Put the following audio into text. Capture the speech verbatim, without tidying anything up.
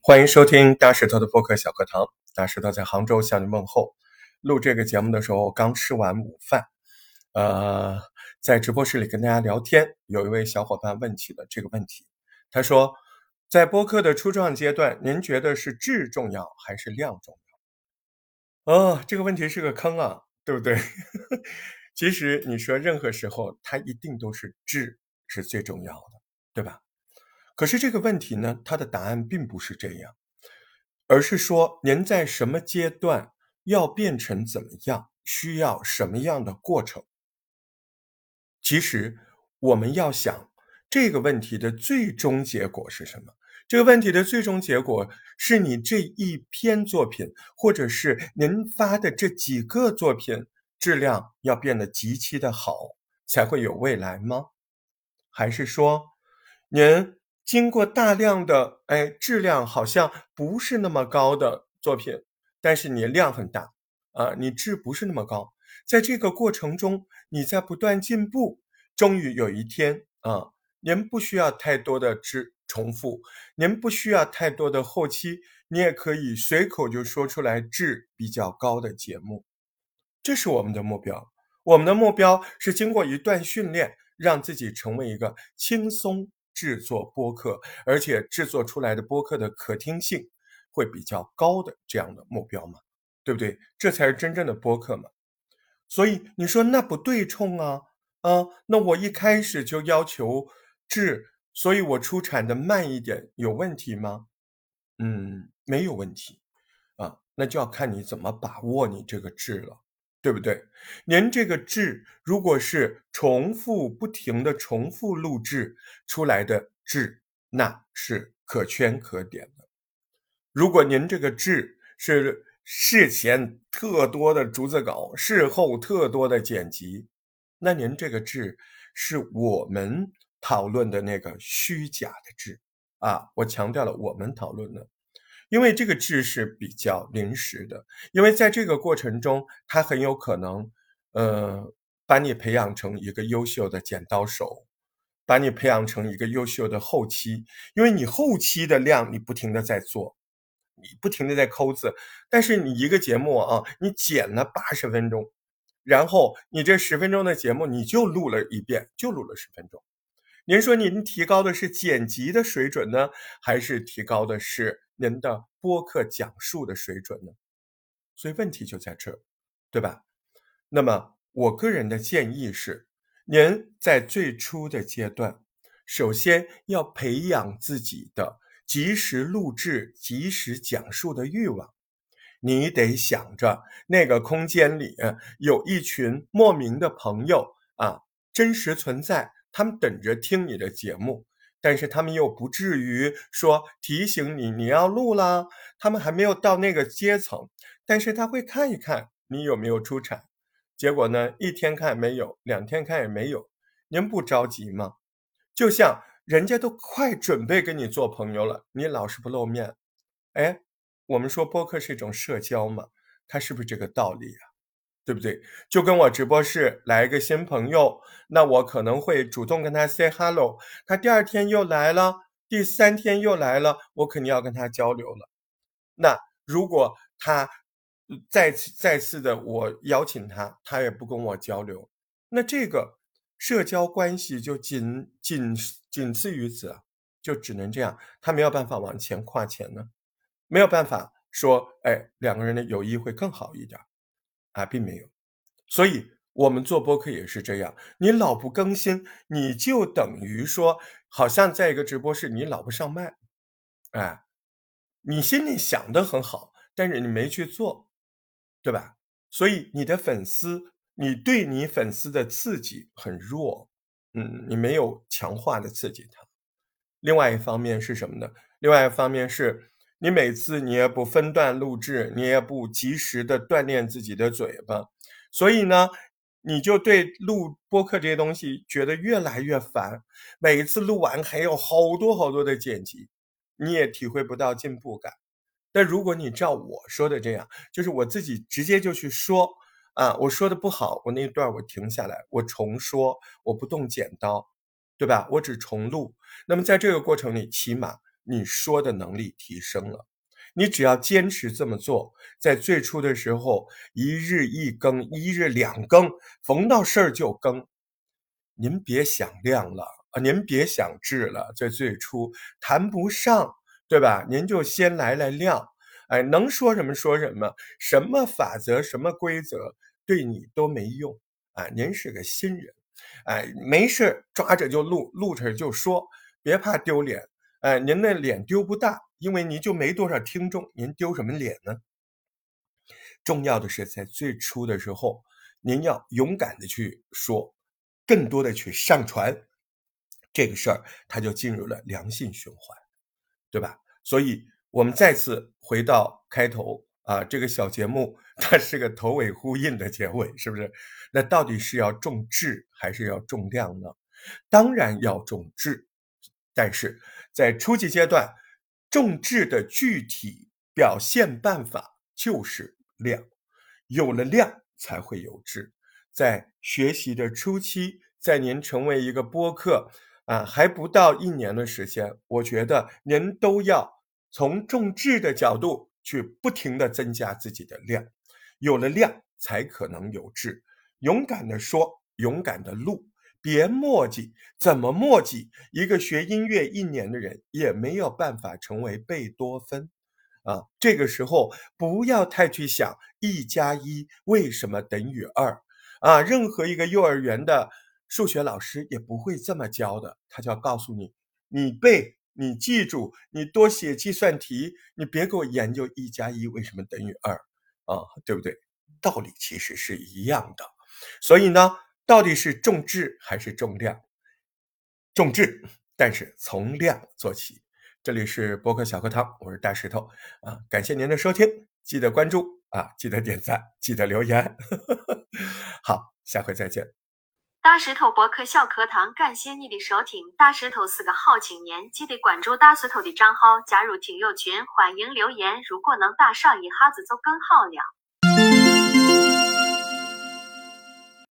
欢迎收听大石头的播客小课堂。大石头在杭州向你问候。录这个节目的时候刚吃完午饭，呃，在直播室里跟大家聊天，有一位小伙伴问起了这个问题。他说，在播客的初创阶段，您觉得是质重要还是量重要？哦，这个问题是个坑啊，对不对？其实你说任何时候它一定都是质是最重要的，对吧？可是这个问题呢，它的答案并不是这样，而是说您在什么阶段要变成怎么样，需要什么样的过程。其实我们要想这个问题的最终结果是什么？这个问题的最终结果是你这一篇作品，或者是您发的这几个作品，质量要变得极其的好，才会有未来吗？还是说您经过大量的哎质量好像不是那么高的作品，但是你量很大啊，你质不是那么高，在这个过程中你在不断进步，终于有一天啊，您不需要太多的质重复，您不需要太多的后期，你也可以随口就说出来质比较高的节目。这是我们的目标。我们的目标是经过一段训练，让自己成为一个轻松制作播客，而且制作出来的播客的可听性会比较高的这样的目标嘛，对不对？这才是真正的播客嘛。所以你说那不对冲啊，啊，那我一开始就要求质，所以我出产的慢一点，有问题吗？嗯，没有问题啊，那就要看你怎么把握你这个质了。对不对？您这个质如果是重复不停的重复录制出来的质，那是可圈可点的。如果您这个质是事前特多的逐字稿，事后特多的剪辑，那您这个质是我们讨论的那个虚假的质啊，我强调了我们讨论的。因为这个质是比较临时的，因为在这个过程中，它很有可能，呃，把你培养成一个优秀的剪刀手，把你培养成一个优秀的后期，因为你后期的量你不停的在做，你不停的在抠字，但是你一个节目啊，你剪了八十分钟，然后你这十分钟的节目你就录了一遍，就录了十分钟。您说您提高的是剪辑的水准呢，还是提高的是您的播客讲述的水准呢？所以问题就在这儿，对吧？那么我个人的建议是，您在最初的阶段，首先要培养自己的及时录制、及时讲述的欲望。你得想着那个空间里有一群莫名的朋友啊，真实存在，他们等着听你的节目，但是他们又不至于说提醒你你要录啦，他们还没有到那个阶层，但是他会看一看你有没有出产。结果呢，一天看没有，两天看也没有，您不着急吗？就像人家都快准备跟你做朋友了，你老是不露面，哎，我们说播客是一种社交嘛，它是不是这个道理啊？对不对？就跟我直播室来一个新朋友，那我可能会主动跟他 say hello， 他第二天又来了，第三天又来了，我肯定要跟他交流了。那如果他再次再次的我邀请他，他也不跟我交流，那这个社交关系就仅仅仅次于此啊，就只能这样，他没有办法往前跨前呢，没有办法说，哎，两个人的友谊会更好一点啊，并没有。所以我们做播客也是这样，你老不更新，你就等于说，好像在一个直播室你老不上麦，哎，你心里想的很好，但是你没去做，对吧？所以你的粉丝，你对你粉丝的刺激很弱，嗯，你没有强化的刺激他。另外一方面是什么呢？另外一方面是你每次你也不分段录制，你也不及时的锻炼自己的嘴巴，所以呢，你就对录播客这些东西觉得越来越烦，每一次录完还有好多好多的剪辑，你也体会不到进步感。但如果你照我说的这样，就是我自己直接就去说啊，我说的不好，我那一段我停下来，我重说，我不动剪刀，对吧？我只重录。那么在这个过程里，起码你说的能力提升了。你只要坚持这么做，在最初的时候，一日一更，一日两更，逢到事儿就更。您别想量了啊，您别想质了，在最初谈不上，对吧？您就先来来量，哎，能说什么说什么，什么法则，什么规则，对你都没用啊。您是个新人，哎，没事抓着就录，录着就说，别怕丢脸，哎，您的脸丢不大，因为您就没多少听众，您丢什么脸呢？重要的是在最初的时候，您要勇敢的去说，更多的去上传，这个事儿它就进入了良性循环，对吧？所以我们再次回到开头啊，这个小节目它是个头尾呼应的结尾，是不是？那到底是要重质还是要重量呢？当然要重质，但是在初级阶段，重质的具体表现办法就是量，有了量才会有质。在学习的初期，在您成为一个播客啊，还不到一年的时间，我觉得您都要从重质的角度去不停地增加自己的量，有了量才可能有质。勇敢地说，勇敢地录，别墨迹。怎么墨迹？一个学音乐一年的人也没有办法成为贝多芬啊。这个时候不要太去想一加一为什么等于二啊。任何一个幼儿园的数学老师也不会这么教的，他就要告诉你，你背，你记住，你多写计算题，你别给我研究一加一为什么等于二啊，对不对？道理其实是一样的。所以呢，到底是重质还是重量？重质，但是从量做起。这里是播客小课堂，我是大石头啊，感谢您的收听，记得关注啊，记得点赞，记得留言。好，下回再见。 大石头播客小课堂，感谢你的收听。大石头是个好青年，记得关注大石头的账号，加入听友群，欢迎留言。如果能打赏一下子就更好了。